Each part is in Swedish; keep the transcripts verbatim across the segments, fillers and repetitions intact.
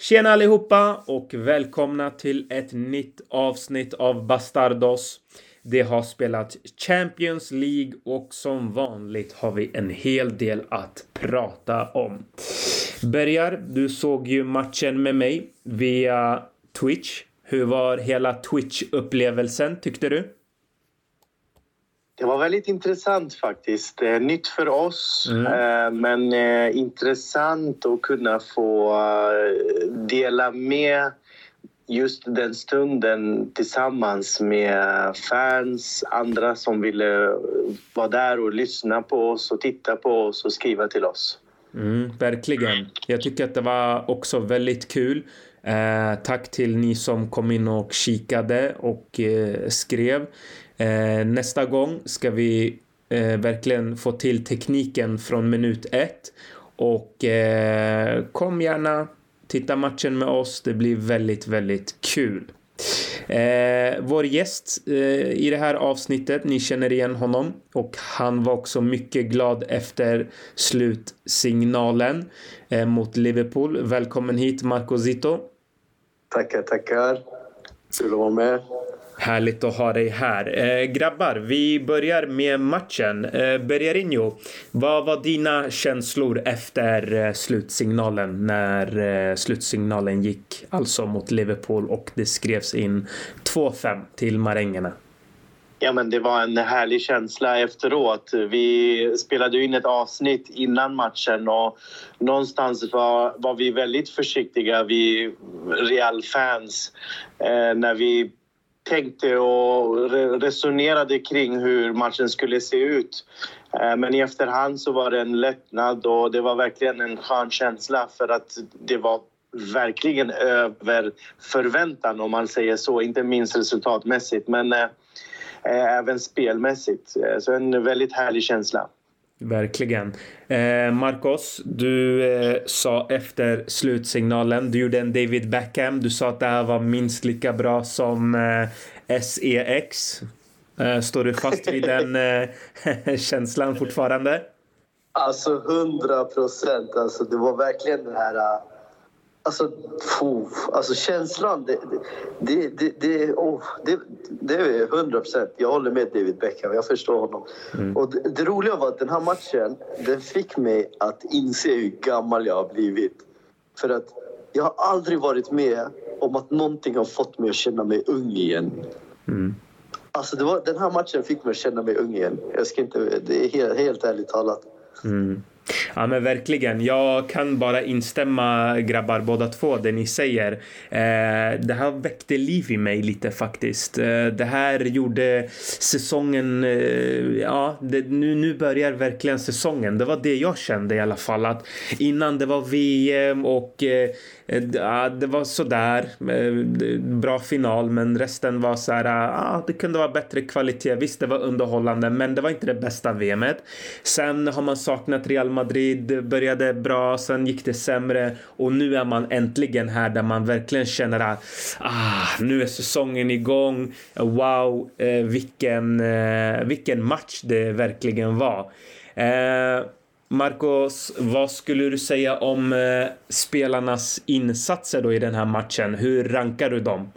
Tjena allihopa och välkomna till ett nytt avsnitt av Bastardos. Det har spelat Champions League och som vanligt har vi en hel del att prata om. Börjar, du såg ju matchen med mig via Twitch. Hur var hela Twitch-upplevelsen tyckte du? Det var väldigt intressant faktiskt. Nytt för oss, Mm. men intressant att kunna få dela med just den stunden tillsammans med fans, andra som ville vara där och lyssna på oss och titta på oss och skriva till oss. Mm, verkligen. Jag tycker att det var också väldigt kul. Eh, tack till ni som kom in och kikade och eh, skrev. Eh, nästa gång ska vi eh, verkligen få till tekniken från minut ett. Och eh, kom gärna titta matchen med oss. Det blir väldigt, väldigt kul. Eh, vår gäst eh, i det här avsnittet, ni känner igen honom. Och han var också mycket glad efter slutsignalen eh, mot Liverpool. Välkommen hit Marco Zito. Tackar, tackar. Kul att vara med. Härligt att ha dig här. Eh, grabbar, vi börjar med matchen. Eh, Bergarinho, vad var dina känslor efter eh, slutsignalen när eh, slutsignalen gick alltså mot Liverpool och det skrevs in två fem till marängerna? Ja, men det var en härlig känsla efteråt. Vi spelade in ett avsnitt innan matchen och någonstans var, var vi väldigt försiktiga, vi Real-fans, eh, när vi tänkte och resonerade kring hur matchen skulle se ut. Men i efterhand så var det en lättnad och det var verkligen en skön känsla för att det var verkligen över förväntan om man säger så. Inte minst resultatmässigt men äh, även spelmässigt. Så en väldigt härlig känsla. Verkligen. Eh, Marcos, du eh, sa efter slutsignalen, du gjorde en David Beckham. Du sa att det här var minst lika bra som eh, S E X. Eh, står du fast vid den eh, känslan fortfarande? Alltså hundra procent. Alltså, det var verkligen den här... Alltså, oh, alltså känslan, det, det, det, det, oh, det, det är hundra procent. Jag håller med David Beckham, jag förstår honom. Mm. Och det, det roliga var att den här matchen, den fick mig att inse hur gammal jag har blivit. För att jag har aldrig varit med om att någonting har fått mig att känna mig ung igen. Mm. Alltså det var, den här matchen fick mig att känna mig ung igen. Jag ska inte, det är helt, helt ärligt talat. Mm. Ja men verkligen, jag kan bara instämma grabbar båda två det ni säger. Eh, det här väckte liv i mig lite faktiskt. Eh, det här gjorde säsongen, eh, ja det, nu, nu börjar verkligen säsongen. Det var det jag kände i alla fall, att innan det var V M och eh, ja, det var sådär, eh, bra final men resten var så här, ja det kunde vara bättre kvalitet. Visst det var underhållande men det var inte det bästa V M:et. Sen har man saknat Real Madrid, började bra, sen gick det sämre och nu är man äntligen här där man verkligen känner att ah, nu är säsongen igång. Wow, eh, vilken, eh, vilken match det verkligen var. Eh, Marcos, vad skulle du säga om eh, spelarnas insatser då i den här matchen? Hur rankar du dem?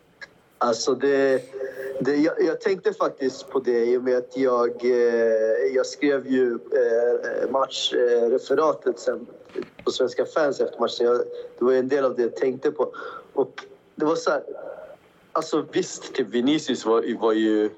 Alltså det... Det, jag, jag tänkte faktiskt på det i och med att jag, eh, jag skrev ju eh, matchreferatet sen på Svenska fans efter matchen. Jag, det var en del av det jag tänkte på. Och det var så här, alltså visst, typ Vinicius var, var ju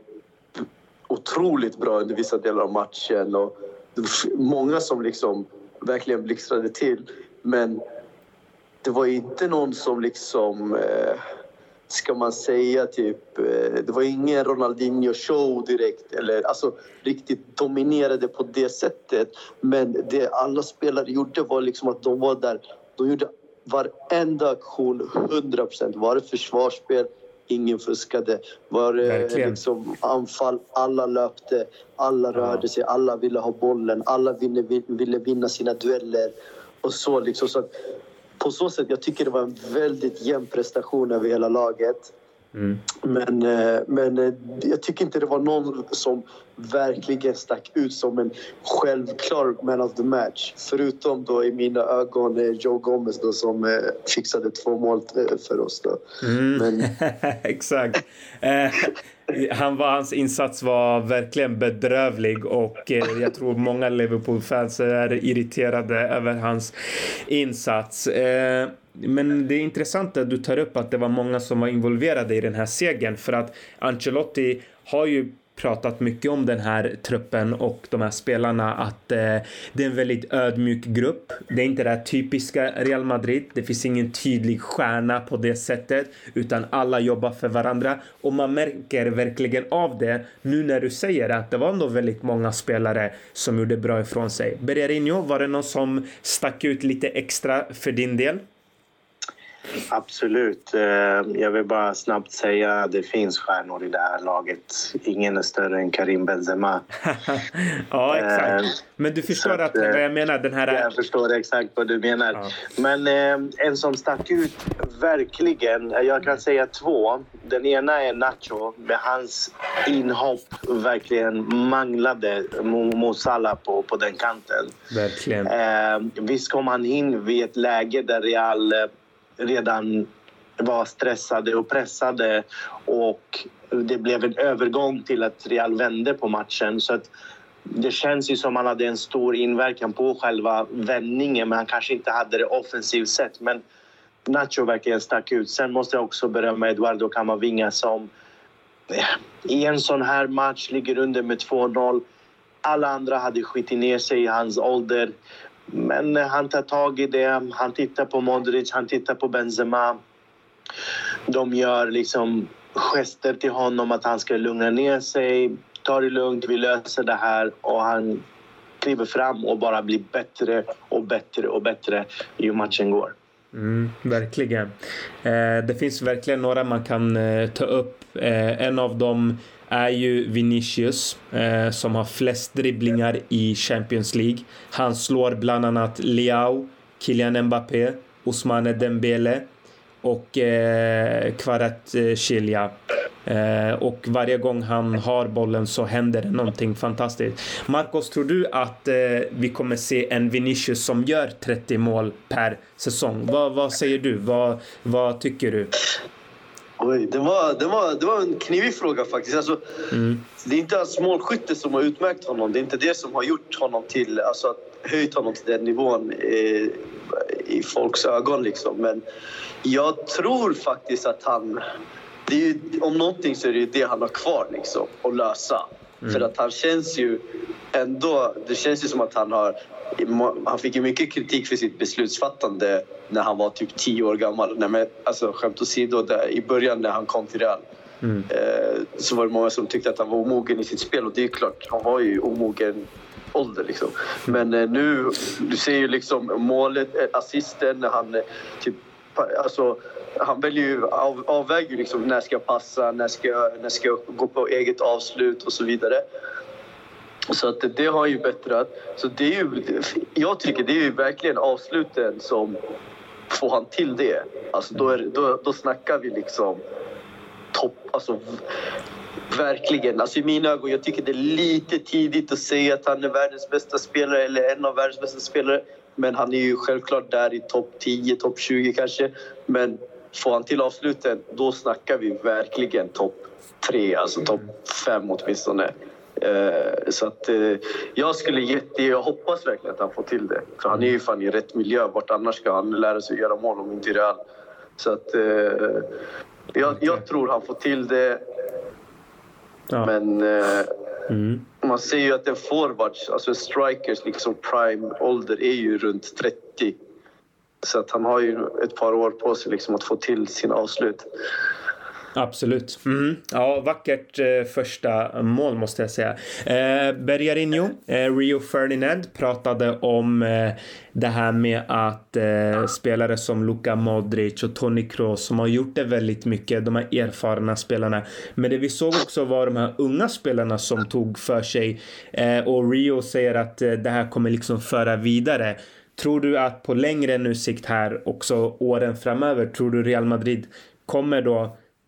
otroligt bra under vissa delar av matchen. Och det var många som liksom verkligen blixtrade till. Men det var inte någon som liksom... Eh, ska man säga typ, det var ingen Ronaldinho-show direkt eller alltså riktigt dominerade på det sättet. Men det alla spelare gjorde var liksom att de var där, de gjorde varenda aktion hundra procent. Var det försvarsspel, ingen fuskade. Var det liksom anfall, alla löpte, alla rörde sig, alla ville ha bollen, alla ville, ville vinna sina dueller och så liksom. Så på så sätt, jag tycker det var en väldigt jämn prestation över hela laget. Mm. Men, men jag tycker inte det var någon som verkligen stack ut som en självklar man of the match. Förutom då i mina ögon Joe Gomez då, som fixade två mål för oss då. Mm. Men... Exakt. Eh, han var, hans insats var verkligen bedrövlig och eh, jag tror många Liverpool-fans är irriterade över hans insats. Eh, Men det är intressant att du tar upp att det var många som var involverade i den här segern, för att Ancelotti har ju pratat mycket om den här truppen och de här spelarna, att eh, det är en väldigt ödmjuk grupp. Det är inte det här typiska Real Madrid. Det finns ingen tydlig stjärna på det sättet, utan alla jobbar för varandra, och man märker verkligen av det nu när du säger att det var ändå väldigt många spelare som gjorde bra ifrån sig. Bergerino, var det någon som stack ut lite extra för din del? Absolut. Jag vill bara snabbt säga att det finns stjärnor i det här laget. Ingen är större än Karim Benzema. Ja, exakt. Men du förstår att, att vad jag menar, den här... Jag förstår exakt vad du menar. Ja. Men en som stack ut verkligen, jag kan säga två. Den ena är Nacho, med hans inhopp verkligen manglade Mo Salah på, på den kanten. Verkligen. Eh, visst kom han in vid ett läge där Real redan var stressade och pressade, och det blev en övergång till att Real vände på matchen, så att det känns ju som han hade en stor inverkan på själva vändningen, men han kanske inte hade det offensivt sett. Men Nacho verkligen stack ut. Sen måste jag också berömma Eduardo Camavinga, som i en sån här match ligger under med två noll. Alla andra hade skitit ner sig i hans ålder. Men han tar tag i det. Han tittar på Modric, han tittar på Benzema. De gör liksom gester till honom att han ska lugna ner sig. Ta det lugnt, vi löser det här. Och han kliver fram och bara blir bättre och bättre och bättre ju matchen går. Mm, verkligen. Eh, det finns verkligen några man kan eh, ta upp. Eh, en av dem är ju Vinicius, eh, som har flest dribblingar i Champions League. Han slår bland annat Leao, Kylian Mbappé, Ousmane Dembele och eh, Kvaratskhelia. Eh, och varje gång han har bollen så händer det någonting fantastiskt. Marcos, tror du att eh, vi kommer se en Vinicius som gör trettio mål per säsong? Vad, vad säger du? Vad, vad tycker du? Oj, det var, det, var, det var en knivig fråga faktiskt. Alltså, mm. Det är inte hans målskytte som har utmärkt honom. Det är inte det som har gjort honom till, alltså höjt honom till den nivån i, i folks ögon liksom. Men jag tror faktiskt att han, det är ju, om någonting så är det ju det han har kvar liksom att lösa. Mm. För att han känns ju ändå, det känns ju som att han har, han fick ju mycket kritik för sitt beslutsfattande när han var typ tio år gammal. Nej, men alltså skämt åsido, där i början när han kom till Real mm. eh, så var det många som tyckte att han var omogen i sitt spel, och det är klart, han var ju omogen ålder liksom. Men eh, nu, du ser ju liksom målet, assisten, när han eh, typ, alltså han väljer ju, av, avväger liksom när ska jag passa, när ska, när ska jag gå på eget avslut och så vidare. Så att det, det har ju bättrat. Så det är ju, jag tycker det är ju verkligen avsluten som får han till det. Alltså då, är, då, då snackar vi liksom topp, alltså verkligen. Alltså i mina ögon, jag tycker det är lite tidigt att säga att han är världens bästa spelare eller en av världens bästa spelare. Men han är ju självklart där i topp tio, topp tjugo kanske. Men får han till avsluten, då snackar vi verkligen topp tre, alltså topp fem åtminstone. Uh, så att uh, jag skulle jätte, jag hoppas verkligen att han får till det. För han är ju fan i rätt miljö, vart annars ska han lära sig göra mål om inte i Real. Så att uh, jag, jag tror han får till det. Ja. Men uh, mm. man ser ju att en forwards, alltså strikers liksom prime ålder är ju runt trettio. Så att han har ju ett par år på sig liksom att få till sin avslut. Absolut. Mm. Ja, vackert eh, första mål måste jag säga. Eh, Bergerino, eh, Rio Ferdinand pratade om eh, det här med att eh, spelare som Luka Modric och Toni Kroos som har gjort det väldigt mycket, de här erfarna spelarna. Men det vi såg också var de här unga spelarna som tog för sig. Eh, och Rio säger att eh, det här kommer liksom föra vidare. Tror du att på längre nu sikt här, också åren framöver, tror du Real Madrid kommer då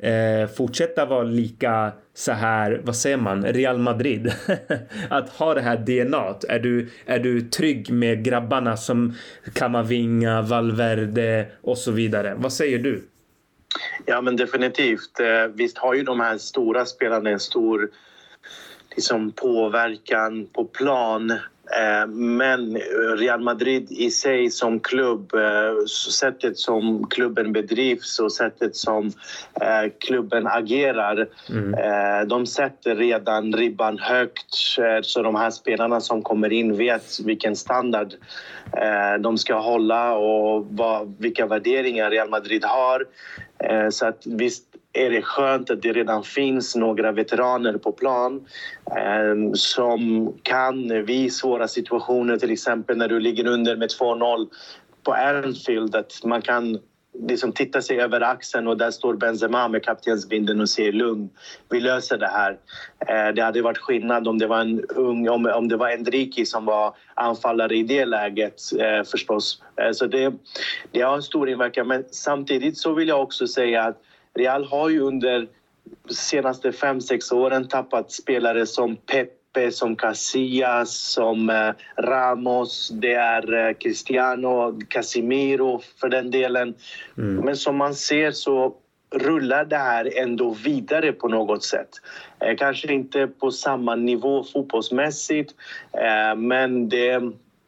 eh, fortsätta vara lika så här, vad säger man, Real Madrid? Att ha det här D N A-t. Är du, är du trygg med grabbarna som Camavinga, Valverde och så vidare? Vad säger du? Ja, men definitivt. Visst har ju de här stora spelarna en stor liksom, påverkan på plan. Men Real Madrid i sig som klubb, sättet som klubben bedrivs och sättet som klubben agerar, mm. de sätter redan ribban högt, så de här spelarna som kommer in vet vilken standard de ska hålla och vad, vilka värderingar Real Madrid har. Så att visst är det skönt att det redan finns några veteraner på plan eh, som kan vid svåra situationer, till exempel när du ligger under med två noll på Anfield, att man kan liksom titta sig över axeln och där står Benzema med kaptensbindeln och säger lugn, vi löser det här. Eh, det hade varit skillnad om det var en ung, om, om det var Endrique som var anfallare i det läget eh, förstås. Eh, så det, det har en stor inverkan, men samtidigt så vill jag också säga att Real har ju under de senaste fem sex åren tappat spelare som Pepe, som Casillas, som eh, Ramos, det är eh, Cristiano, Casemiro för den delen. Mm. Men som man ser så rullar det här ändå vidare på något sätt. Eh, kanske inte på samma nivå fotbollsmässigt, eh, men det,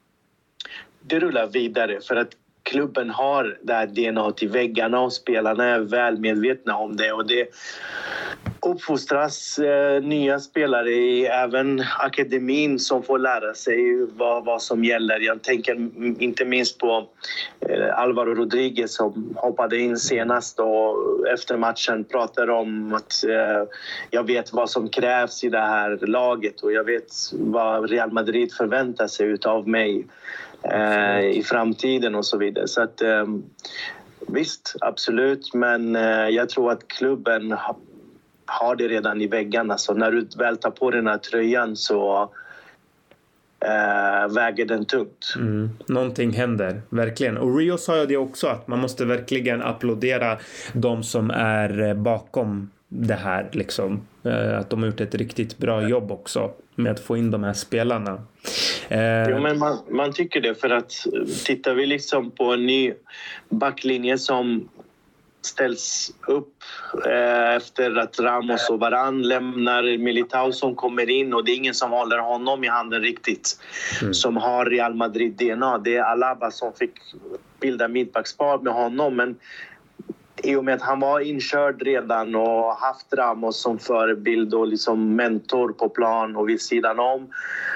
det rullar vidare för att klubben har det här D N A i väggarna och spelarna är väl medvetna om det. Och det uppfostras eh, nya spelare i även akademin som får lära sig vad, vad som gäller. Jag tänker inte minst på eh, Alvaro Rodriguez som hoppade in senast och efter matchen pratade om att eh, jag vet vad som krävs i det här laget och jag vet vad Real Madrid förväntar sig utav mig i framtiden och så vidare. Så att visst, absolut, men jag tror att klubben har det redan i väggarna, så när du väl tar på den här tröjan så äh, väger den tungt. Mm. Någonting händer, verkligen. Och Rio sa ju det också, att man måste verkligen applådera de som är bakom det här liksom. Att de har gjort ett riktigt bra jobb också med att få in de här spelarna. Eh... Jo, men man, man tycker det, för att tittar vi liksom på en ny backlinje som ställs upp eh, efter att Ramos och Varane lämnar, Militao som kommer in och det är ingen som håller honom i handen riktigt, mm. som har Real Madrid D N A. Det är Alaba som fick bilda mittbackspar med honom, men i och med att han var inkörd redan och haft Ramos som förebild och liksom mentor på plan och vid sidan om,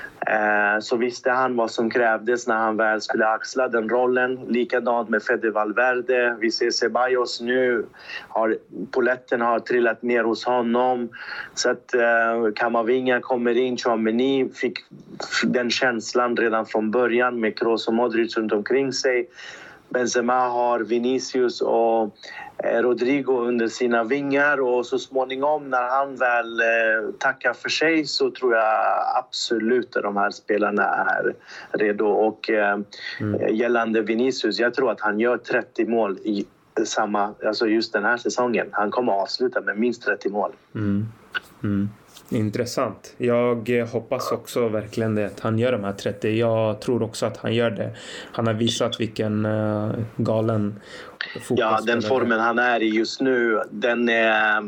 eh, så visste han vad som krävdes när han väl skulle axla den rollen. Likadant med Fede Valverde. Vi ser Ceballos nu, har, poletten har trillat ner hos honom. Så att eh, Camavinga kommer in, Tchouaméni fick den känslan redan från början med Kroos och Modric runt omkring sig. Benzema har Vinicius och Rodrigo under sina vingar, och så småningom när han väl eh, tackar för sig så tror jag absolut att de här spelarna är redo. Och eh, mm. gällande Vinicius, jag tror att han gör trettio mål i samma, alltså just den här säsongen. Han kommer att avsluta med minst trettio mål. Mm. Mm. Intressant. Jag hoppas också verkligen det, att han gör de här trettio. Jag tror också att han gör det. Han har visat vilken uh, galen fotbollsspelare. Ja, den formen han är i just nu, den är...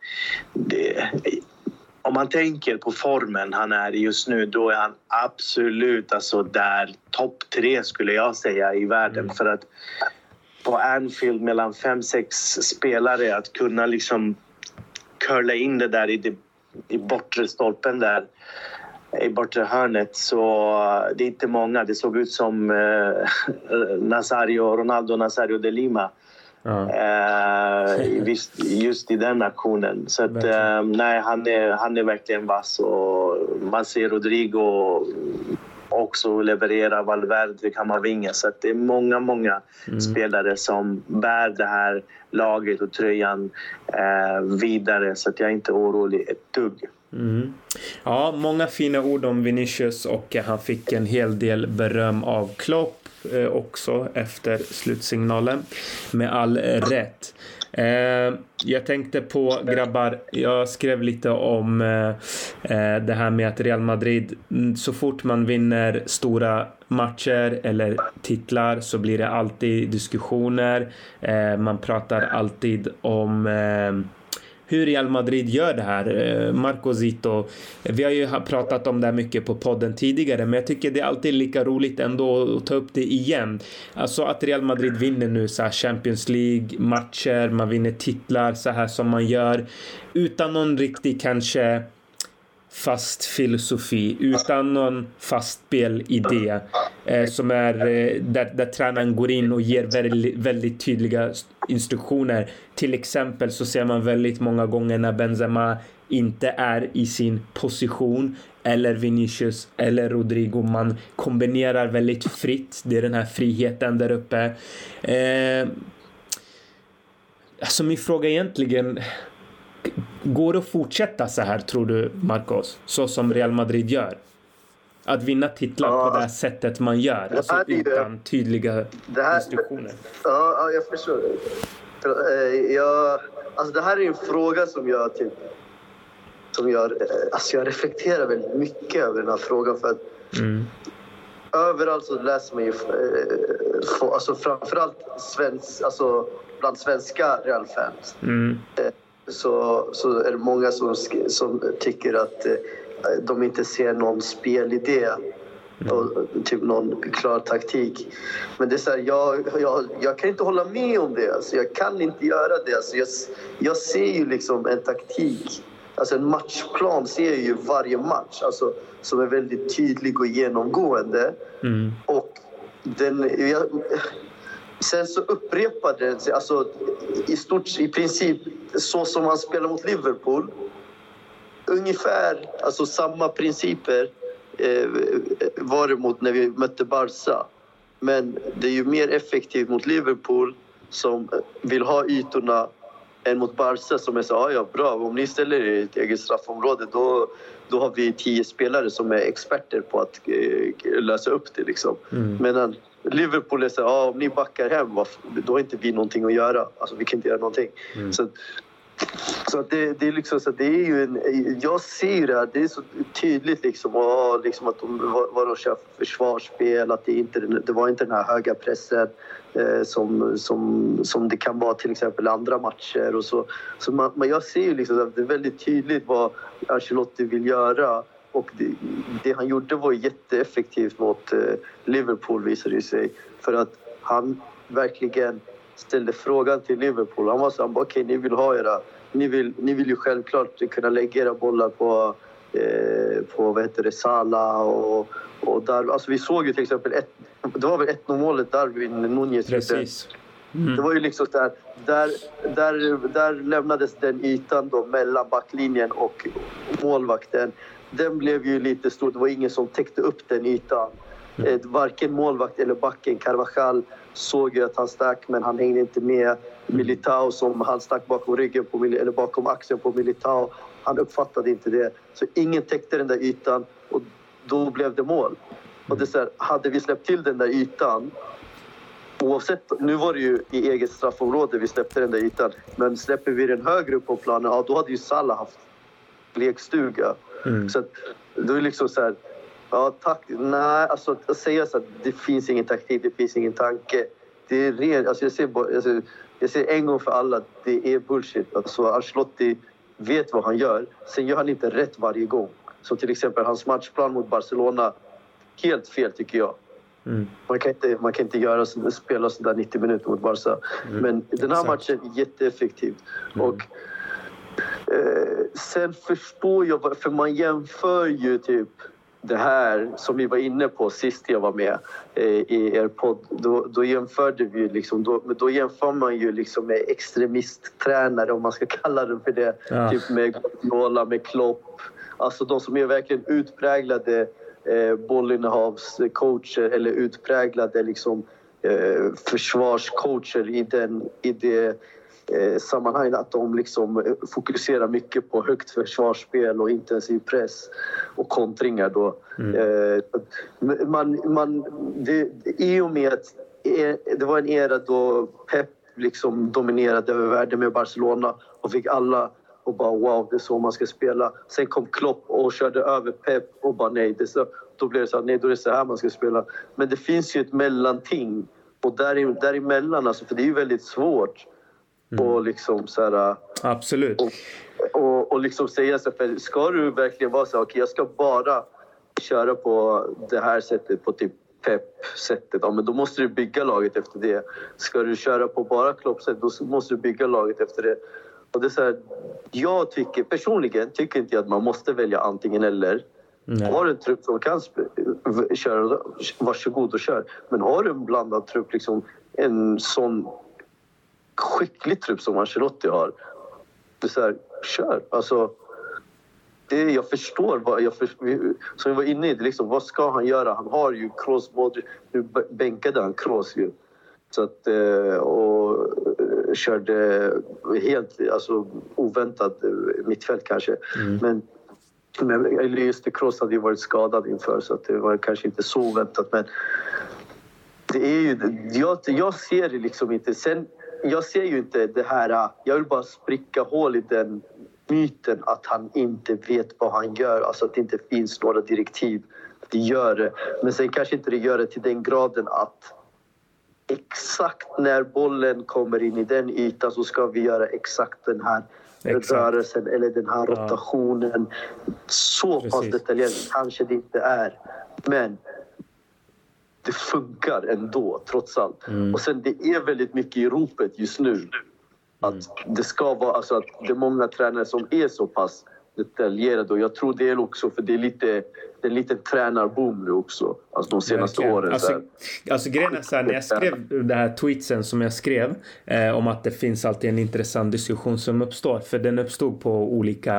Det, om man tänker på formen han är i just nu, då är han absolut alltså där topp tre skulle jag säga i världen. Mm. För att på Anfield mellan fem, sex spelare, att kunna liksom curla in det där i det i bortre stolpen där, i bortre hörnet, så det är inte många. Det såg ut som eh, Nazario, Ronaldo Nazario de Lima. Ja. Eh, just, just i den aktionen. Så att, eh, nej, han är, han är verkligen vass, och man ser Rodrigo också leverera, Valverde, Camavinga. Så att det är många, många mm. spelare som bär det här laget och tröjan eh, vidare. Så att jag är inte orolig ett dugg. Mm. Ja, många fina ord om Vinicius, och han fick en hel del beröm av Klopp eh, också efter slutsignalen. Med all rätt. Eh, jag tänkte på, grabbar, jag skrev lite om eh, det här med att Real Madrid, så fort man vinner stora matcher eller titlar så blir det alltid diskussioner. Eh, man pratar alltid om eh, hur Real Madrid gör det här. Marco Zito, vi har ju pratat om det här mycket på podden tidigare, men jag tycker det är alltid lika roligt ändå att ta upp det igen. Alltså att Real Madrid vinner nu så här Champions League matcher, man vinner titlar så här som man gör utan någon riktig kanske fast filosofi, utan någon fast spelidé eh, som är eh, där, där tränaren går in och ger väldigt, väldigt tydliga instruktioner. Till exempel så ser man väldigt många gånger när Benzema inte är i sin position, eller Vinicius eller Rodrigo, man kombinerar väldigt fritt. Det är den här friheten där uppe. Eh, alltså min fråga egentligen, går det att fortsätta så här, tror du, Marcos? Så som Real Madrid gör? Att vinna titlar ja, på det här sättet man gör. Alltså det utan tydliga det här, instruktioner. Ja, ja, jag förstår. Jag, alltså det här är en fråga som jag typ, som jag, alltså jag reflekterar väldigt mycket över den här frågan. För att mm. överallt så läser man ju, alltså framförallt svensk, alltså bland svenska Real-fans. Mm. Så, så är det många som, som tycker att eh, de inte ser någon spelidé och typ någon klar taktik. Men det är så här, jag, jag, jag kan inte hålla med om det. Alltså, jag kan inte göra det. Alltså, jag, jag ser ju liksom en taktik, alltså en matchplan ser jag ju varje match, alltså, som är väldigt tydlig och genomgående. Mm. Och den... Jag, Sen så upprepade den sig, alltså i stort, i princip så som man spelar mot Liverpool. Ungefär, alltså samma principer eh, var det mot när vi mötte Barca. Men det är ju mer effektivt mot Liverpool som vill ha ytorna än mot Barca som är så, ja, ja bra, om ni ställer er i ett eget straffområde då, då har vi tio spelare som är experter på att eh, lösa upp det liksom. Mm. Medan Liverpool är så, ja, om ni backar hem, då har inte vi någonting att göra. Alltså vi kan inte göra någonting. Mm. Så, så att det, det är liksom så att det är ju en, jag ser det här, det är så tydligt liksom, och liksom att de var, var de kör försvarsspel, att det inte det var inte den här höga pressen eh, som som som det kan vara till exempel andra matcher och så. Så man, man jag ser ju liksom att det är väldigt tydligt vad Ancelotti vill göra. Och det, det han gjorde var jätteeffektivt mot eh, Liverpool, visade det sig. För att han verkligen ställde frågan till Liverpool. Han var så här, okej, ni vill ha era... Ni vill, ni vill ju självklart kunna lägga era bollar på, eh, på vad heter det, Salah och, och där. Alltså vi såg ju till exempel, ett, det var väl ett målet Darwin Núñez. Precis. Mm. Det var ju liksom där, där, där, där lämnades den ytan då mellan backlinjen och målvakten. Den blev ju lite stor. Det var ingen som täckte upp den ytan. Mm. Varken målvakt eller backen. Carvajal såg ju att han stack, men han hängde inte med. Militao, som han stack bakom ryggen på, eller bakom axeln på Militao. Han uppfattade inte det. Så ingen täckte den där ytan och då blev det mål. Och det är så här, hade vi släppt till den där ytan, oavsett, nu var det ju i eget straffområde vi släppte den där ytan, men släpper vi den högre upp på planen, ja, då hade ju Salah haft lekstuga. Mm. Så att, då är det liksom så här, ja tack, nej, alltså att säga så att det finns ingen taktik, det finns ingen tanke, det är ren, alltså jag ser bara, alltså, jag ser en gång för alla, det är bullshit. Alltså Ancelotti vet vad han gör, sen gör han inte rätt varje gång. Som till exempel hans matchplan mot Barcelona, helt fel tycker jag. Mm. Man kan inte, man kan inte göra, spela sådär nittio minuter mot Barca. Mm. Men den här Exakt. matchen är jätteeffektiv. Mm. Och eh, sen förstår jag, för man jämför ju typ det här som vi var inne på sist jag var med eh, i er podd. Då, då jämförde vi liksom, då, då jämför man ju liksom med extremisttränare, om man ska kalla det för det. Ja. Typ med Guardiola, med Klopp. Alltså de som är verkligen utpräglade eh, bollinnehavscoacher eller utpräglade liksom, eh, försvarscoacher i, den, i det eh, sammanhanget, att de liksom fokuserar mycket på högt försvarsspel och intensiv press och kontringar då. Mm. Eh, man, man, det, I och med att det var en era då Pep liksom dominerade över världen med Barcelona och fick alla och bara wow, det är så man ska spela. Sen kom Klopp och körde över Pep och bara nej, det är så, då blev det så här, nej, då är det så här man ska spela. Men det finns ju ett mellanting och där, däremellan, alltså, för det är ju väldigt svårt mm. och liksom så här, absolut. Och, och, och liksom säga så här, ska du verkligen vara så här, okej, okay, jag ska bara köra på det här sättet, på typ Pep-sättet, ja, men då måste du bygga laget efter det. Ska du köra på bara Klopp-sätt, då måste du bygga laget efter det. Och det är så här, jag tycker, personligen tycker inte jag att man måste välja antingen eller. Nej. Har du en trupp som kan sp- köra, varsågod och kör. Men har du en blandad trupp, liksom en sån skicklig trupp som Ancelotti har, det är så här, kör. Alltså, det, jag förstår vad jag för, som jag var inne i det, liksom, vad ska han göra? Han har ju Kroos, Modric, nu bänkade han Kroos ju. Så att, och körde helt, alltså, oväntat mittfält kanske. Mm. Men, men just det, Kroos hade ju varit skadad inför, så att det var kanske inte så oväntat. Men det är ju, jag, jag ser det liksom inte. Sen, jag ser ju inte det här, jag vill bara spricka hål i den myten att han inte vet vad han gör. Alltså att det inte finns några direktiv. Det gör det. Men sen kanske inte det gör det till den graden att exakt när bollen kommer in i den ytan så ska vi göra exakt den här exakt. rörelsen eller den här ja. rotationen. Så Precis. pass detaljerat kanske det inte är. Men det funkar ändå, trots allt. Mm. Och sen det är väldigt mycket i ropet just nu. Att mm. det ska vara, alltså att det är många tränare som är så pass detaljerade. Och jag tror det är också för det är lite, det är en liten tränarboom nu också. Alltså de senaste Verkligen. åren. Alltså, alltså grejen är så här, när jag skrev det här tweetsen som jag skrev eh, om att det finns alltid en intressant diskussion som uppstår. För den uppstod på olika,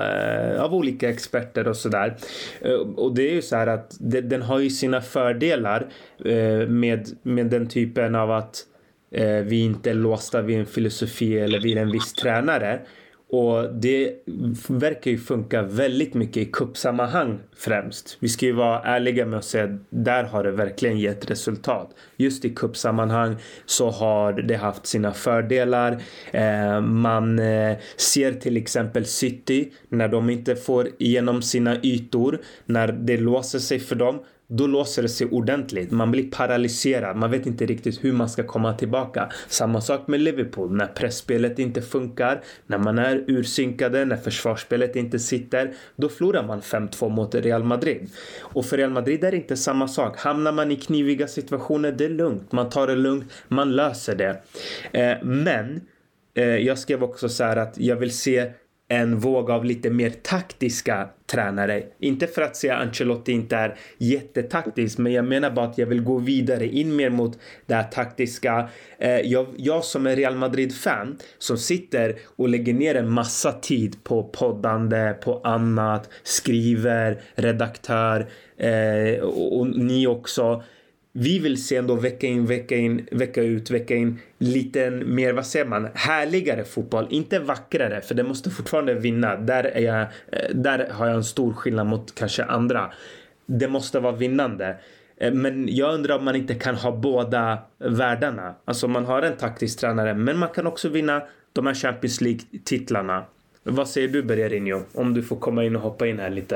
eh, av olika experter och sådär. Eh, och det är ju så här att det, den har ju sina fördelar eh, med, med den typen av att eh, vi inte är låsta vid en filosofi eller vid en viss tränare. Och det verkar ju funka väldigt mycket i kuppsammanhang främst. Vi ska ju vara ärliga med att säga att där har det verkligen gett resultat. Just i kuppsammanhang så har det haft sina fördelar. Eh, man eh, ser till exempel City när de inte får igenom sina ytor, när det låser sig för dem. Då låser det sig ordentligt. Man blir paralyserad. Man vet inte riktigt hur man ska komma tillbaka. Samma sak med Liverpool. När pressspelet inte funkar. När man är ursynkade. När försvarsspelet inte sitter. Då förlorar man fem två mot Real Madrid. Och för Real Madrid är det inte samma sak. Hamnar man i kniviga situationer, det är lugnt. Man tar det lugnt. Man löser det. Eh, men eh, jag skrev också så här att jag vill se en våg av lite mer taktiska tränare. Inte för att säga att Ancelotti inte är jättetaktisk, men jag menar bara att jag vill gå vidare in mer mot det här taktiska. Eh, jag, jag som är Real Madrid-fan som sitter och lägger ner en massa tid på poddande, på annat, skriver, redaktör eh, och, och ni också. Vi vill se ändå vecka in, vecka in, vecka ut, vecka in lite mer, vad säger man, härligare fotboll. Inte vackrare, för det måste fortfarande vinna. Där, är jag, där har jag en stor skillnad mot kanske andra. Det måste vara vinnande. Men jag undrar om man inte kan ha båda världarna. Alltså man har en taktisk tränare, men man kan också vinna de här Champions League-titlarna. Vad säger du, Bergerino, om du får komma in och hoppa in här lite?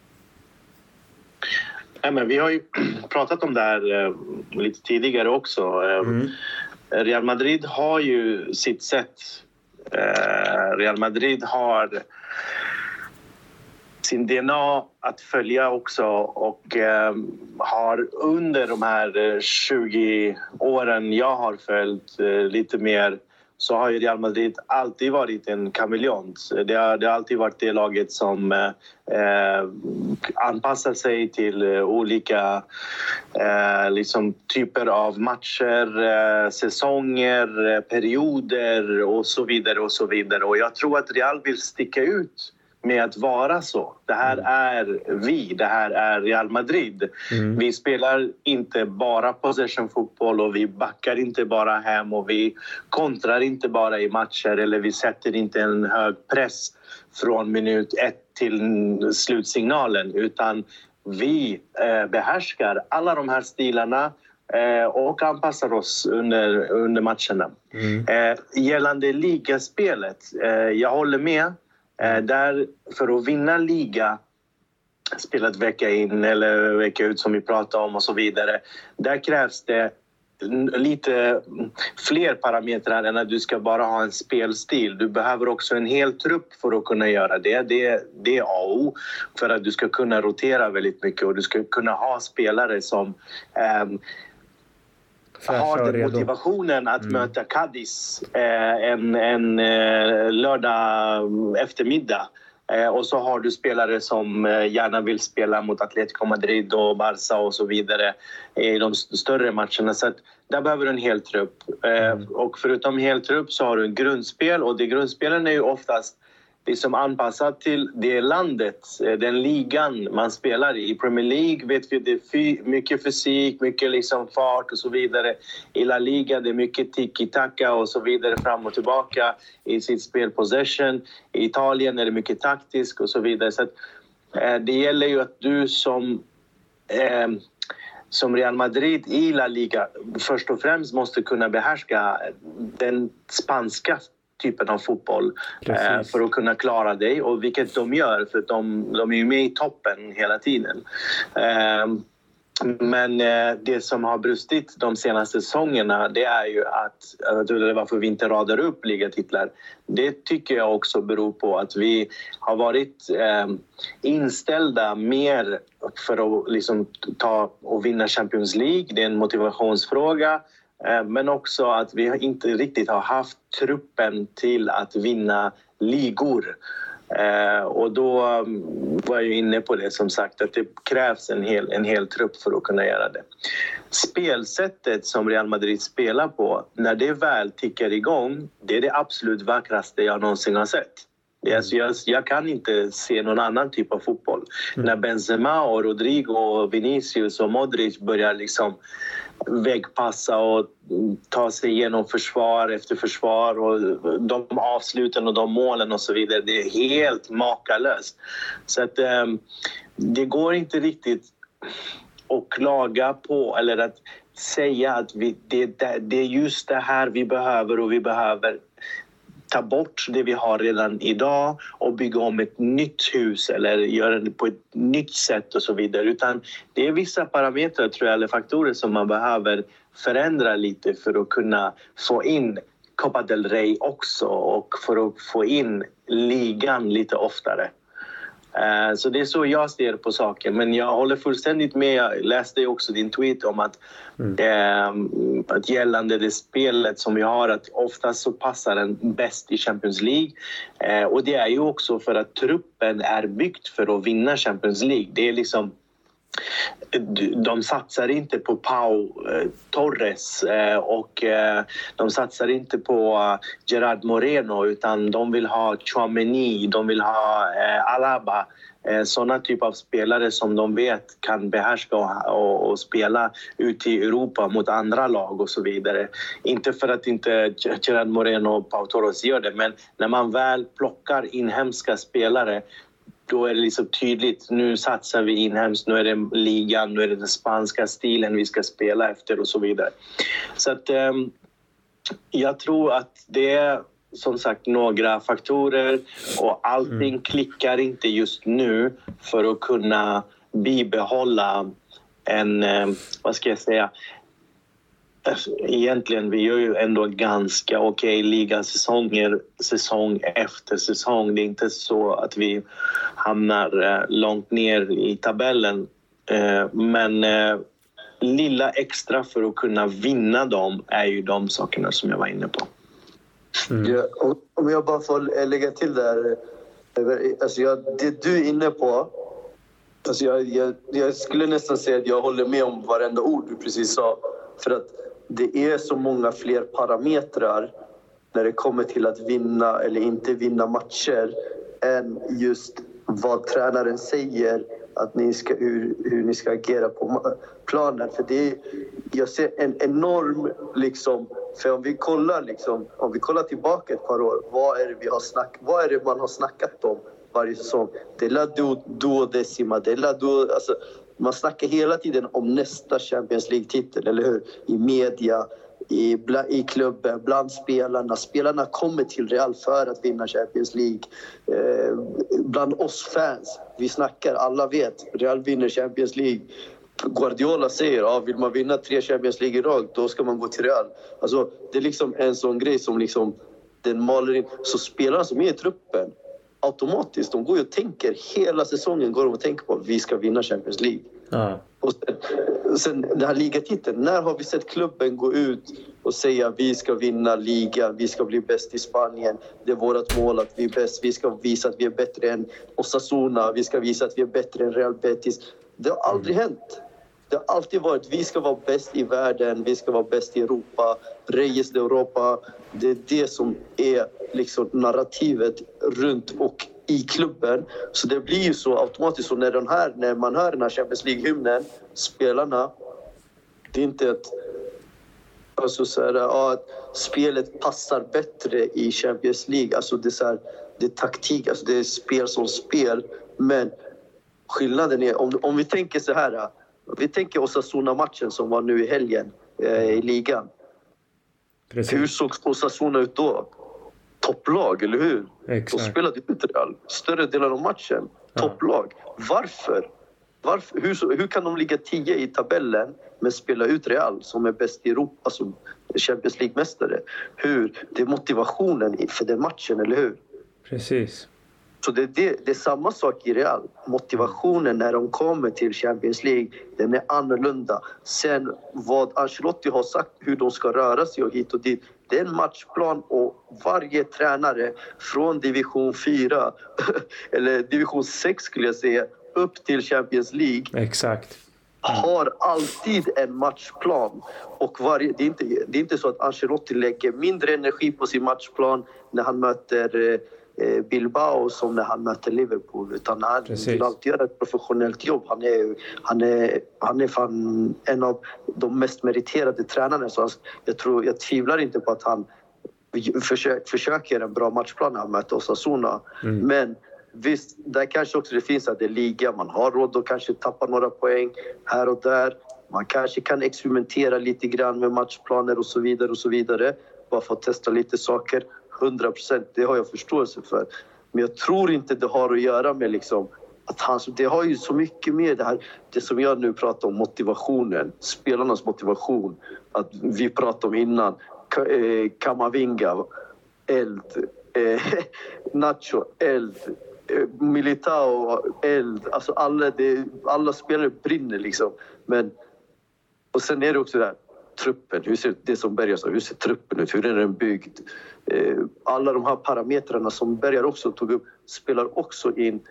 Ja, men vi har ju pratat om det här eh, lite tidigare också. Mm. Real Madrid har ju sitt sätt. Eh, Real Madrid har sin D N A att följa också och eh, har under de här tjugo åren jag har följt eh, lite mer, så har ju Real Madrid alltid varit en kameleont. Det har, det har alltid varit det laget som eh, anpassar sig till eh, olika eh, liksom typer av matcher, eh, säsonger, eh, perioder och så vidare och så vidare. Och jag tror att Real vill sticka ut med att vara så. Det här är vi, det här är Real Madrid. Mm. Vi spelar inte bara possession-fotboll och vi backar inte bara hem och vi kontrar inte bara i matcher eller vi sätter inte en hög press från minut ett till slutsignalen, utan vi eh, behärskar alla de här stilarna eh, och anpassar oss under, under matcherna. Mm. Eh, gällande ligaspelet, eh, jag håller med. Eh, där för att vinna liga, spelat vecka in eller vecka ut som vi pratar om och så vidare, där krävs det lite fler parametrar än att du ska bara ha en spelstil. Du behöver också en hel trupp för att kunna göra det. Det, det är A och O för att du ska kunna rotera väldigt mycket och du ska kunna ha spelare som um, har den motivationen att mm. möta Cadiz eh, en, en eh, lördag eftermiddag. Eh, och så har du spelare som eh, gärna vill spela mot Atletico Madrid och Barça och så vidare i de st- större matcherna. Så att där behöver du en hel trupp. Eh, mm. Och förutom hel trupp så har du en grundspel, och det grundspelen är ju oftast liksom anpassat till det landet, den ligan man spelar i. I Premier League vet vi det är fy, mycket fysik, mycket liksom fart och så vidare. I La Liga det är mycket tiki-taka och så vidare, fram och tillbaka i sitt spel possession. I Italien är det mycket taktisk och så vidare. Så att, eh, det gäller ju att du som, eh, som Real Madrid i La Liga först och främst måste kunna behärska den spanska typen av fotboll eh, för att kunna klara dig, och vilket de gör för att de, de är ju med i toppen hela tiden. Eh, men eh, det som har brustit de senaste säsongerna, det är ju att, att varför vi inte radar upp ligatitlar. Det tycker jag också beror på att vi har varit eh, inställda mer för att liksom ta och vinna Champions League. Det är en motivationsfråga. Men också att vi inte riktigt har haft truppen till att vinna ligor. Eh, och då var jag ju inne på det, som sagt, att det krävs en hel, en hel trupp för att kunna göra det. Spelsättet som Real Madrid spelar på, när det väl tickar igång, det är det absolut vackraste jag någonsin har sett. Det är, alltså, jag, jag kan inte se någon annan typ av fotboll. Mm. När Benzema och Rodrigo och Vinicius och Modric börjar liksom vägpassa och ta sig igenom försvar efter försvar, och de avsluten och de målen och så vidare, det är helt makalöst. Så att eh, det går inte riktigt att klaga på eller att säga att vi, det, det är just det här vi behöver, och vi behöver ta bort det vi har redan idag och bygga om ett nytt hus eller göra det på ett nytt sätt och så vidare. Utan det är vissa parametrar, tror jag, eller faktorer som man behöver förändra lite för att kunna få in Copa del Rey också, och för att få in ligan lite oftare. Så det är så jag ser på saken. Men jag håller fullständigt med. Jag läste också din tweet om att, mm. eh, att gällande det spelet som vi har, att oftast så passar den bäst i Champions League. Eh, och det är ju också för att truppen är byggt för att vinna Champions League. Det är liksom, de satsar inte på Pau eh, Torres eh, och eh, de satsar inte på uh, Gerard Moreno, utan de vill ha Tchouaméni, de vill ha eh, Alaba, eh, sådana typ av spelare som de vet kan behärska och, och, och spela ut i Europa mot andra lag och så vidare. Inte för att inte Gerard Moreno och Pau Torres gör det, men när man väl plockar inhemska spelare, då är det liksom tydligt, nu satsar vi inhemskt, nu är det ligan, nu är det den spanska stilen vi ska spela efter och så vidare. Så att eh, jag tror att det är som sagt några faktorer, och allting mm. klickar inte just nu för att kunna bibehålla en, eh, vad ska jag säga, egentligen, vi gör ju ändå ganska okej ligasäsonger säsong efter säsong. Det är inte så att vi hamnar eh, långt ner i tabellen. Eh, men eh, lilla extra för att kunna vinna dem är ju de sakerna som jag var inne på. Mm. Ja, om jag bara får lägga till där. Alltså jag, det du är inne på, alltså jag, jag, jag skulle nästan säga att jag håller med om varenda ord du precis sa. För att det är så många fler parametrar när det kommer till att vinna eller inte vinna matcher än just vad tränaren säger att ni ska, hur, hur ni ska agera på planen. För det är, jag ser en enorm liksom, för om vi kollar liksom, om vi kollar tillbaka ett par år, vad är det vi har snack, vad är det man har snackat om varje säsong? Det är la duodecima, det är la duo, alltså man snackar hela tiden om nästa Champions League-titel, eller hur? I media, i, i klubben, bland spelarna. Spelarna kommer till Real för att vinna Champions League. Eh, bland oss fans, vi snackar, alla vet, Real vinner Champions League. Guardiola säger, ja, vill man vinna tre Champions League i rad, då ska man gå till Real. Alltså, det är liksom en sån grej som liksom, den maler in. Så spelarna som är i truppen, automatiskt, de går ju och tänker, hela säsongen går de och tänker på att vi ska vinna Champions League. Ah. Och sen, sen den här ligatiteln, när har vi sett klubben gå ut och säga att vi ska vinna ligan, vi ska bli bäst i Spanien, det är vårt mål att vi är bäst, vi ska visa att vi är bättre än Osasuna, vi ska visa att vi är bättre än Real Betis. Det har aldrig mm. hänt. Det har alltid varit, vi ska vara bäst i världen, vi ska vara bäst i Europa, Reyes de Europa. Det är det som är liksom narrativet runt och i klubben. Så det blir ju så automatiskt, så när, den här, när man hör den här Champions League-hymnen, spelarna, det är inte ett, alltså så här, ja, att spelet passar bättre i Champions League. Alltså det är, så här, det är taktik, alltså det är spel som spel. Men skillnaden är, om, om vi tänker så här, vi tänker Osasuna-matchen som var nu i helgen eh, i ligan. Precis. Hur såg Osasuna ut då? Topplag, eller hur? Exakt. De spelade ut Real större delen av matchen. Ja. Topplag. Varför? Varför? Hur, hur kan de ligga tio i tabellen men spela ut Real som är bäst i Europa, som Champions League-mästare? Hur? Det är motivationen för den matchen, eller hur? Precis. Så det, det, det är samma sak i Real. Motivationen när de kommer till Champions League, den är annorlunda. Sen vad Ancelotti har sagt, hur de ska röra sig och hit och dit. Det är en matchplan och varje tränare från division fyra eller division sex skulle jag säga, upp till Champions League. Exakt. Har alltid en matchplan. Och varje, det, är inte, det är inte så att Ancelotti lägger mindre energi på sin matchplan när han möter Bilbao som när han möter Liverpool, utan han Precis. vill alltid göra ett professionellt jobb. Han är, han är, han är fan en av de mest meriterade tränarna, så jag, tror, jag tvivlar inte på att han försöker, försöker en bra matchplan när han möter Osasuna. Mm. Men visst, där kanske också det finns att det är liga, man har råd att kanske tappa några poäng här och där. Man kanske kan experimentera lite grann med matchplaner och så vidare och så vidare, bara för att testa lite saker. hundra procent, det har jag förståelse för. Men jag tror inte det har att göra med liksom att han, det har ju så mycket mer det här, det som jag nu pratar om, motivationen, spelarnas motivation, att vi pratade om innan, Kamavinga, eld, eh, Nacho, eld, eh, Militao, eld, alltså alla, det, alla spelare brinner liksom. Men, och sen är det också där, truppen, hur ser det som Berger sa, hur ser truppen ut, hur är den byggd? Eh, alla de här parametrarna som Berger också tog upp spelar också in.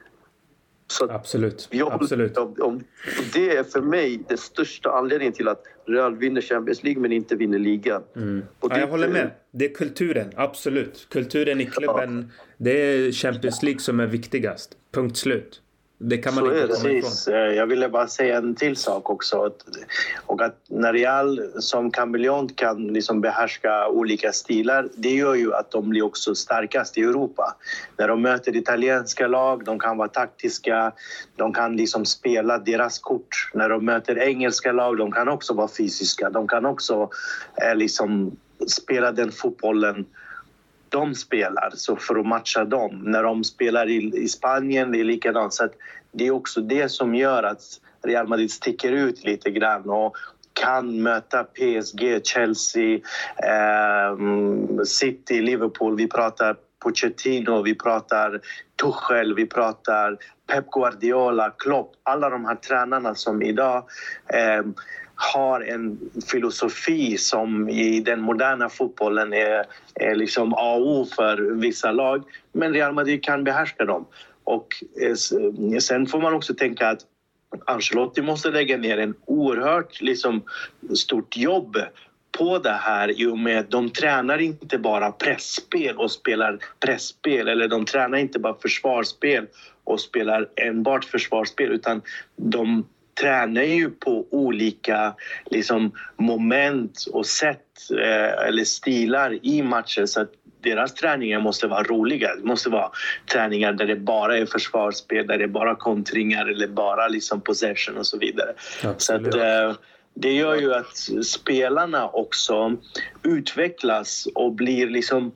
Så absolut, jag, absolut. Om, om, det är för mig den största anledningen till att Real vinner Champions League men inte vinner ligan. Mm. Och det, ja, jag håller med. Det är kulturen, absolut. Kulturen i klubben, ja. Det är Champions League som är viktigast. Punkt slut. Det kan man så inte komma ifrån. Jag ville bara säga en till sak också. Och att när Real som kameleont kan liksom behärska olika stilar, det gör ju att de blir också starkast i Europa. När de möter italienska lag, de kan vara taktiska, de kan liksom spela deras kort. När de möter engelska lag, de kan också vara fysiska. De kan också eh, liksom spela den fotbollen de spelar, så för att matcha dem. När de spelar i, i Spanien, det är likadant. Så att det är också det som gör att Real Madrid sticker ut lite grann och kan möta P S G, Chelsea, eh, City, Liverpool. Vi pratar Pochettino, vi pratar Tuchel, vi pratar Pep Guardiola, Klopp. Alla de här tränarna som idag eh, har en filosofi som i den moderna fotbollen är, är liksom A och O för vissa lag. Men Real Madrid kan behärska dem. Och eh, sen får man också tänka att Ancelotti måste lägga ner en oerhört liksom, stort jobb på det här, i och med att de tränar inte bara pressspel och spelar pressspel, eller de tränar inte bara försvarsspel och spelar enbart försvarsspel, utan de tränar ju på olika liksom, moment och sätt eh, eller stilar i matcher, så att det deras träningar måste vara roliga. Det måste vara träningar där det bara är försvarsspel, där det är bara kontringar eller bara liksom possession och så vidare. Absolut. Så att, eh, det gör ju att spelarna också utvecklas och blir liksom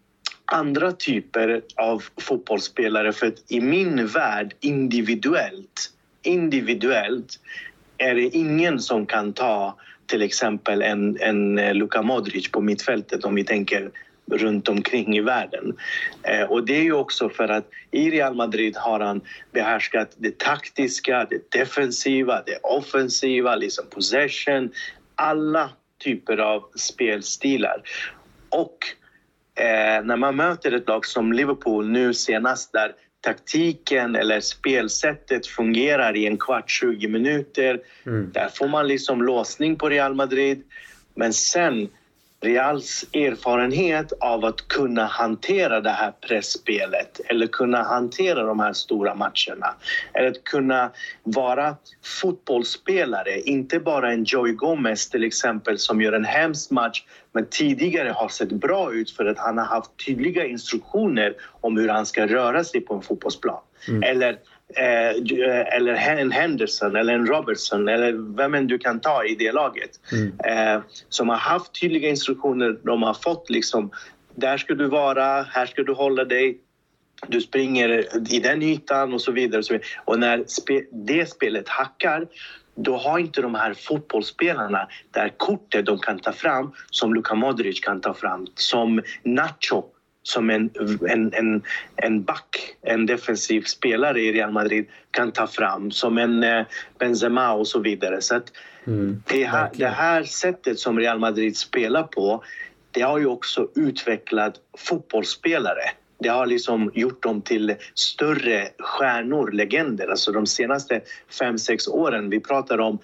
andra typer av fotbollsspelare. För att i min värld, individuellt, individuellt är det ingen som kan ta till exempel en, en Luka Modric på mittfältet om vi tänker runt omkring i världen. Eh, och det är ju också för att i Real Madrid har han behärskat det taktiska, det defensiva, det offensiva, liksom possession, alla typer av spelstilar. Och eh, när man möter ett lag som Liverpool nu senast där taktiken eller spelsättet fungerar i en kvart, tjugo minuter. Mm. Där får man liksom låsning på Real Madrid. Men sen Reals erfarenhet av att kunna hantera det här pressspelet eller kunna hantera de här stora matcherna. Eller att kunna vara fotbollsspelare, inte bara en Joey Gomez till exempel som gör en hemsk match men tidigare har sett bra ut för att han har haft tydliga instruktioner om hur han ska röra sig på en fotbollsplan. Mm. Eller Eh, eller en Henderson eller en Robertson eller vem än du kan ta i det laget. Mm. Eh, som har haft tydliga instruktioner. De har fått liksom, där ska du vara, här ska du hålla dig. Du springer i den ytan och så vidare. Och, så vidare. Och när spe, det spelet hackar, då har inte de här fotbollsspelarna där kortet de kan ta fram som Luka Modric kan ta fram, som Nacho som en, en, en, en back, en defensiv spelare i Real Madrid kan ta fram, som en eh, Benzema och så vidare. Så att mm, det, här, det här sättet som Real Madrid spelar på, det har ju också utvecklat fotbollsspelare. Det har liksom gjort dem till större stjärnor, legender. Alltså de senaste fem, sex åren, vi pratar om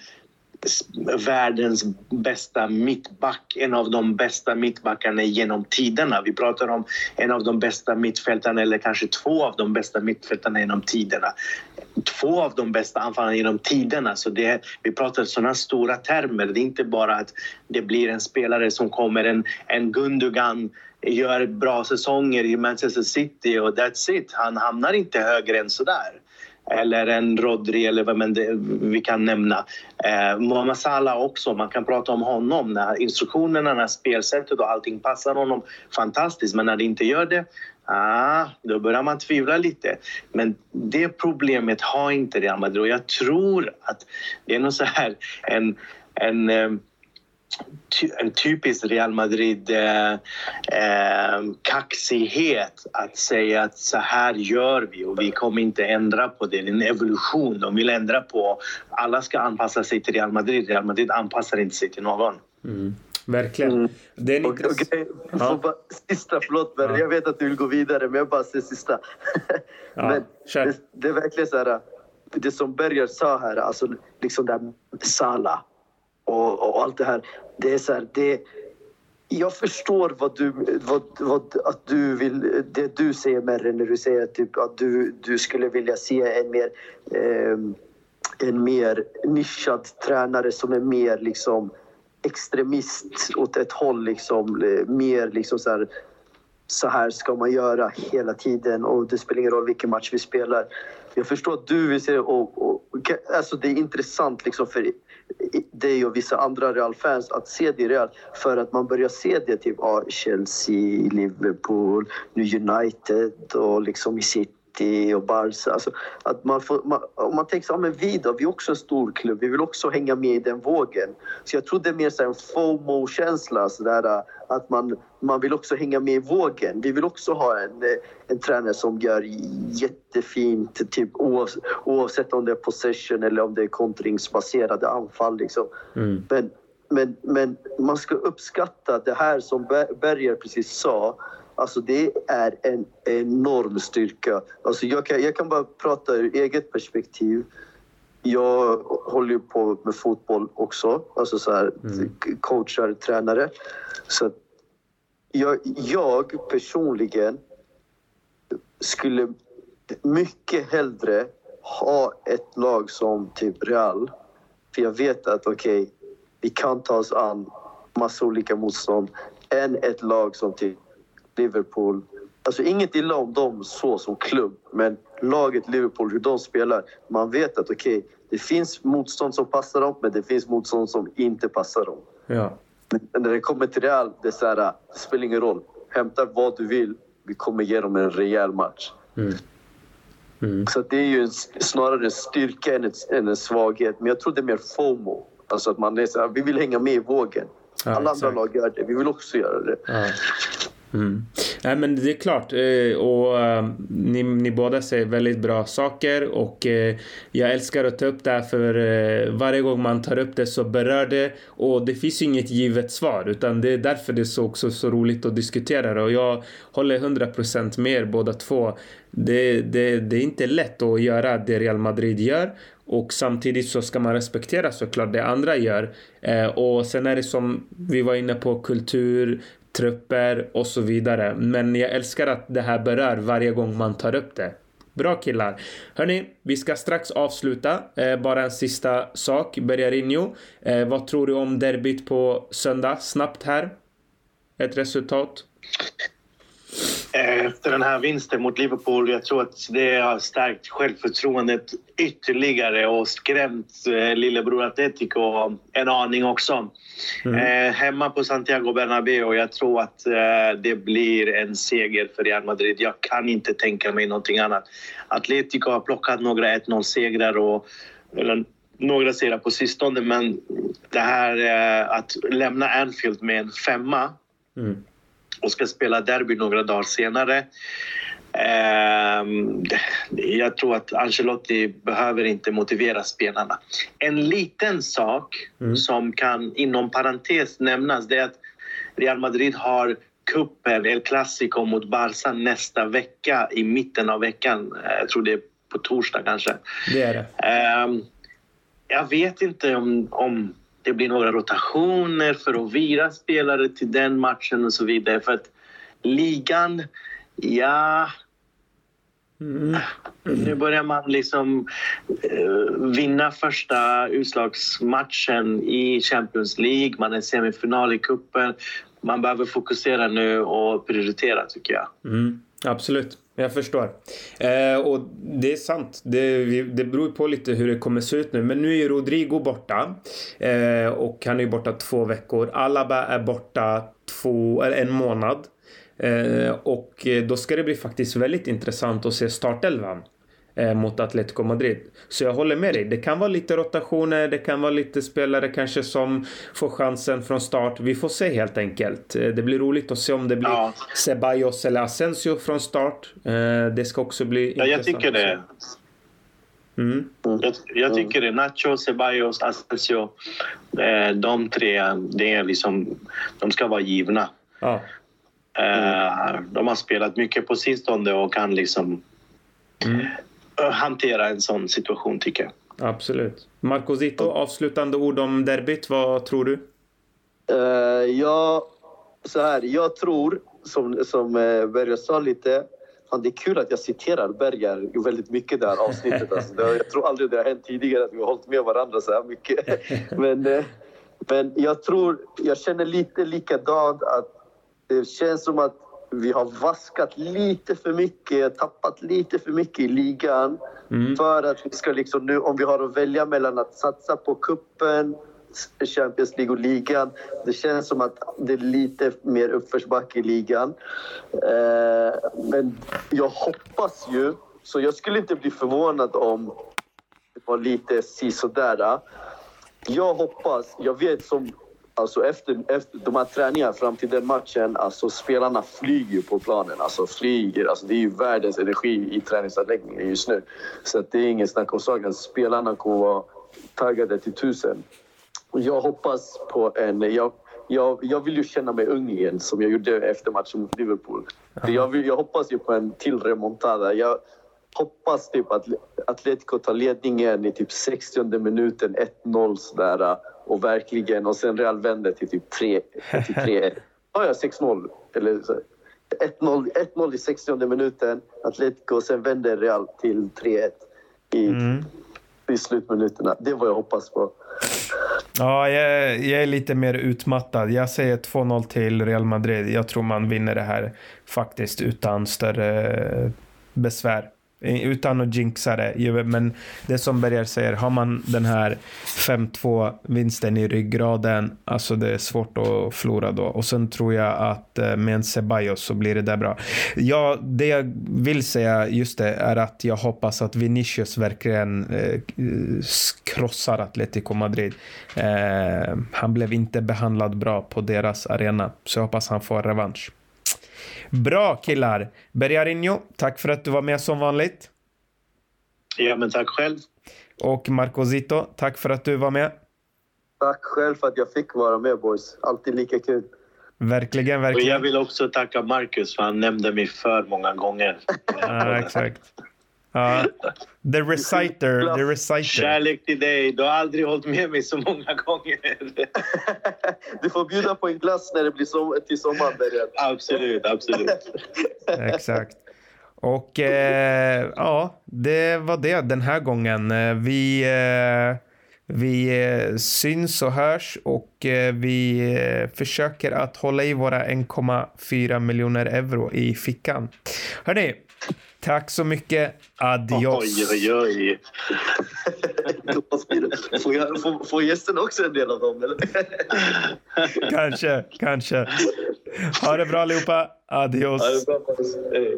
världens bästa mittback, en av de bästa mittbackarna genom tiderna. Vi pratar om en av de bästa mittfältarna eller kanske två av de bästa mittfältarna genom tiderna. Två av de bästa anfallarna genom tiderna. Så det, vi pratar sådana stora termer. Det är inte bara att det blir en spelare som kommer, en, en Gundogan gör bra säsonger i Manchester City och that's it. Han hamnar inte högre än sådär. Eller en Rodri eller vad man det, vi kan nämna. Eh, Mohamed Salah också, man kan prata om honom. När instruktionerna, när spelsättet och allting passar honom fantastiskt. Men när det inte gör det, ah, då börjar man tvivla lite. Men det problemet har inte Real Madrid. Och jag tror att det är något så här en... en en typisk Real Madrid eh, eh, kaxighet att säga att så här gör vi och vi kommer inte ändra på det. Det är en evolution. De vill ändra på. Alla ska anpassa sig till Real Madrid. Real Madrid anpassar inte sig till någon. Mm. Verkligen. Mm. Det är och, okay. ja. bara, sista, förlåt, men ja. Jag vet att du vill gå vidare, men jag bara säger sista. Ja, men det, det är verkligen så här, det som Berger sa här, alltså liksom där Salah och, och allt det här. Det är så här, det, jag förstår vad du, vad, vad, att du vill, det du säger Merre, när du säger typ att du, du skulle vilja se en mer, eh, en mer nischad tränare som är mer liksom extremist åt ett håll, liksom, mer liksom så här, så här ska man göra hela tiden och det spelar ingen roll vilken match vi spelar. Jag förstår att du vill se, och, och, alltså det är intressant liksom för dig och vissa andra Real-fans att se det i Real, för att man börjar se det typ ah, Chelsea, Liverpool, United och liksom i City och Barca. Alltså, att man får, man, om man tänker så, ah, men vi då, vi är också en stor klubb, vi vill också hänga med i den vågen. Så jag tror det är mer så en FOMO-känsla, så där, att man, man vill också hänga med i vågen. Vi vill också ha en, en tränare som gör jättefint, typ, oavsett om det är possession eller om det är kontringsbaserade anfall. Liksom. Mm. Men, men, men man ska uppskatta det här som Berger precis sa. Alltså det är en enorm styrka. Alltså jag, kan, jag kan bara prata ur eget perspektiv. Jag håller ju på med fotboll också. Alltså så här, mm. coachar, tränare. Så jag, jag personligen skulle mycket hellre ha ett lag som typ Real. För jag vet att okej, okay, vi kan ta oss an massa olika motstånd. Än ett lag som typ Liverpool. Alltså inget illa om dem så som klubb, men laget Liverpool, hur de spelar, man vet att okej, okay, det finns motstånd som passar dem, men det finns motstånd som inte passar dem. Ja. Men när det kommer till Real, det är så här, det spelar ingen roll. Hämta vad du vill, vi kommer ge dem en rejäl match. Mm. Mm. Så det är ju snarare en styrka än, ett, än en svaghet. Men jag tror det är mer FOMO. Alltså att man är så här, vi vill hänga med i vågen. Ja, alla exakt. Andra lag gör det, vi vill också göra det. Ja. Mm. Nej, men det är klart, och uh, ni, ni båda säger väldigt bra saker, och uh, jag älskar att ta upp det här, för uh, varje gång man tar upp det så berör det, och det finns inget givet svar, utan det är därför det är så, också så roligt att diskutera det. Och jag håller hundra procent med er båda två. Det, det, det är inte lätt att göra det Real Madrid gör, och samtidigt så ska man respektera såklart det andra gör. Uh, och sen är det som vi var inne på, kultur, trupper och så vidare. Men jag älskar att det här berör varje gång man tar upp det. Bra killar. Hörni, vi ska strax avsluta. Eh, bara en sista sak. Bergarinho, eh, vad tror du om derbyt på söndag? Snabbt här. Ett resultat. Efter den här vinsten mot Liverpool, jag tror att det har stärkt självförtroendet ytterligare och skrämt eh, lillebror Atletico en aning också. Mm. Eh, hemma på Santiago Bernabéu, jag tror att eh, det blir en seger för Real Madrid. Jag kan inte tänka mig någonting annat. Atletico har plockat några ett noll-segrar och eller, några segrar på sistone, men det här eh, att lämna Anfield med en femma mm. och ska spela derby några dagar senare. Eh, jag tror att Ancelotti behöver inte motivera spelarna. En liten sak mm. som kan inom parentes nämnas, det är att Real Madrid har kuppen El Clasico mot Barca nästa vecka, i mitten av veckan. Jag tror det är på torsdag kanske. Det är det. Eh, jag vet inte om... om det blir några rotationer för att vira spelare till den matchen och så vidare. För att ligan, ja... Mm. Nu börjar man liksom uh, vinna första utslagsmatchen i Champions League. Man är semifinal i kuppen. Man behöver fokusera nu och prioritera, tycker jag. Mm. Absolut, jag förstår. Eh, och det är sant. Det, det beror på lite hur det kommer se ut nu. Men nu är Rodrigo borta. Eh, och han är borta två veckor. Alaba är borta två, eller en månad. Eh, och då ska det bli faktiskt väldigt intressant att se startelvan eh, mot Atletico Madrid. Så jag håller med dig. Det kan vara lite rotationer. Det kan vara lite spelare kanske som får chansen från start. Vi får se helt enkelt. Eh, det blir roligt att se om det blir ja. Ceballos eller Asensio från start. Eh, det ska också bli ja, jag tycker det. Mm. Jag, jag tycker det. Nacho, Ceballos, Asensio. Eh, de tre, det är liksom, de ska vara givna. Ja. Mm. De har spelat mycket på sistone och kan liksom mm. hantera en sån situation, tycker jag. Absolut. Marco Zito, avslutande ord om derbyt, vad tror du? Uh, ja, så här, jag tror, som, som Berger sa lite, fan, det är kul att jag citerar Berger väldigt mycket där avsnittet. Alltså. Jag tror aldrig det har hänt tidigare att vi har hållit med varandra så här mycket. men, men jag tror, jag känner lite likadant att det känns som att vi har vaskat lite för mycket, tappat lite för mycket i ligan. Mm. För att vi ska liksom nu, om vi har att välja mellan att satsa på kuppen, Champions League och ligan. Det känns som att det är lite mer uppförsbacke i ligan. Eh, men jag hoppas ju, så jag skulle inte bli förvånad om det var lite sisådär. Jag hoppas, jag vet som... Alltså efter, efter de här träningarna fram till den matchen, alltså spelarna flyger på planen, alltså flyger, alltså det är ju världens energi i träningsanläggningen just nu. Så att det är ingen snack om saken, spelarna kommer vara taggade till tusen. Och jag hoppas på en, jag, jag, jag vill ju känna mig ung igen som jag gjorde efter matchen mot Liverpool. Jag, vill, jag hoppas ju på en till remontada. Jag hoppas typ att Atletico tar ledningen i typ sextionde minuten, ett noll sådär. Och verkligen, och sen Real vänder till typ tre ett. Ja, ja, sex noll. Eller så. ett noll i sextionde minuten. Atletico, och sen vänder Real till tre ett i, mm. i slutminuterna. Det var jag hoppas på. Ja, jag, jag är lite mer utmattad. Jag säger två noll till Real Madrid. Jag tror man vinner det här faktiskt utan större besvär. Utan att jinxa det. Men det som Berger säger, har man den här fem två vinsten i ryggraden, alltså det är svårt att förlora då. Och sen tror jag att med en Ceballos så blir det där bra. Ja, det jag vill säga just det är att jag hoppas att Vinicius verkligen eh, krossar Atletico Madrid. Eh, han blev inte behandlad bra på deras arena, så jag hoppas han får revansch. Bra killar. Bergarinho, tack för att du var med som vanligt. Ja, men tack själv. Och Marco Zito, tack för att du var med. Tack själv för att jag fick vara med, boys. Alltid lika kul. Verkligen, verkligen. Och jag vill också tacka Marcus för han nämnde mig för många gånger. Ja, exakt. Ja, the reciter, the reciter. Kärlek till dig. Du har aldrig hållit med mig så många gånger. Du får bjuda på en glass när det blir som, till sommaren. Absolut, absolut. Exakt. Och eh, ja, det var det den här gången. Vi, eh, vi eh, syns och hörs och eh, vi eh, försöker att hålla i våra en komma fyra miljoner euro i fickan. Hörrni, tack så mycket. Adios. Oj, oj, oj. Får, jag, får, får gästen också en del av dem, eller? Kanske, kanske. Ha det bra allihopa. Adios. Ha det bra, hej.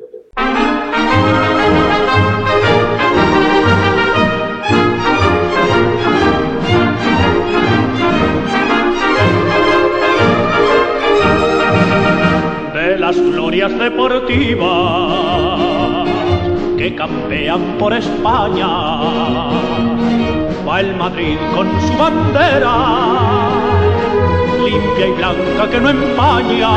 De las glorias deportivas que campean por España, va el Madrid con su bandera, limpia y blanca que no empaña,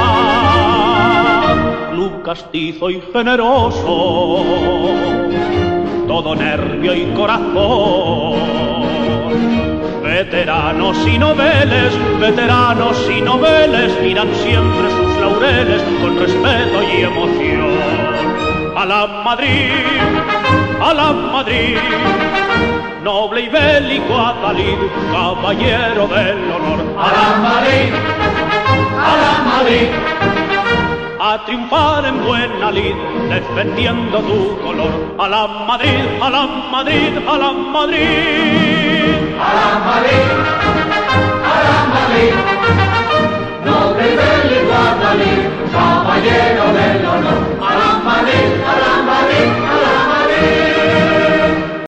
club castizo y generoso, todo nervio y corazón. Veteranos y noveles, veteranos y noveles, miran siempre sus laureles con respeto y emoción. A la Madrid, a la Madrid, noble y bélico Adalid, caballero del honor. A la Madrid, a la Madrid, a triunfar en buena lid, defendiendo tu color. A la Madrid, a la Madrid, a la Madrid. A la Madrid, a la Madrid.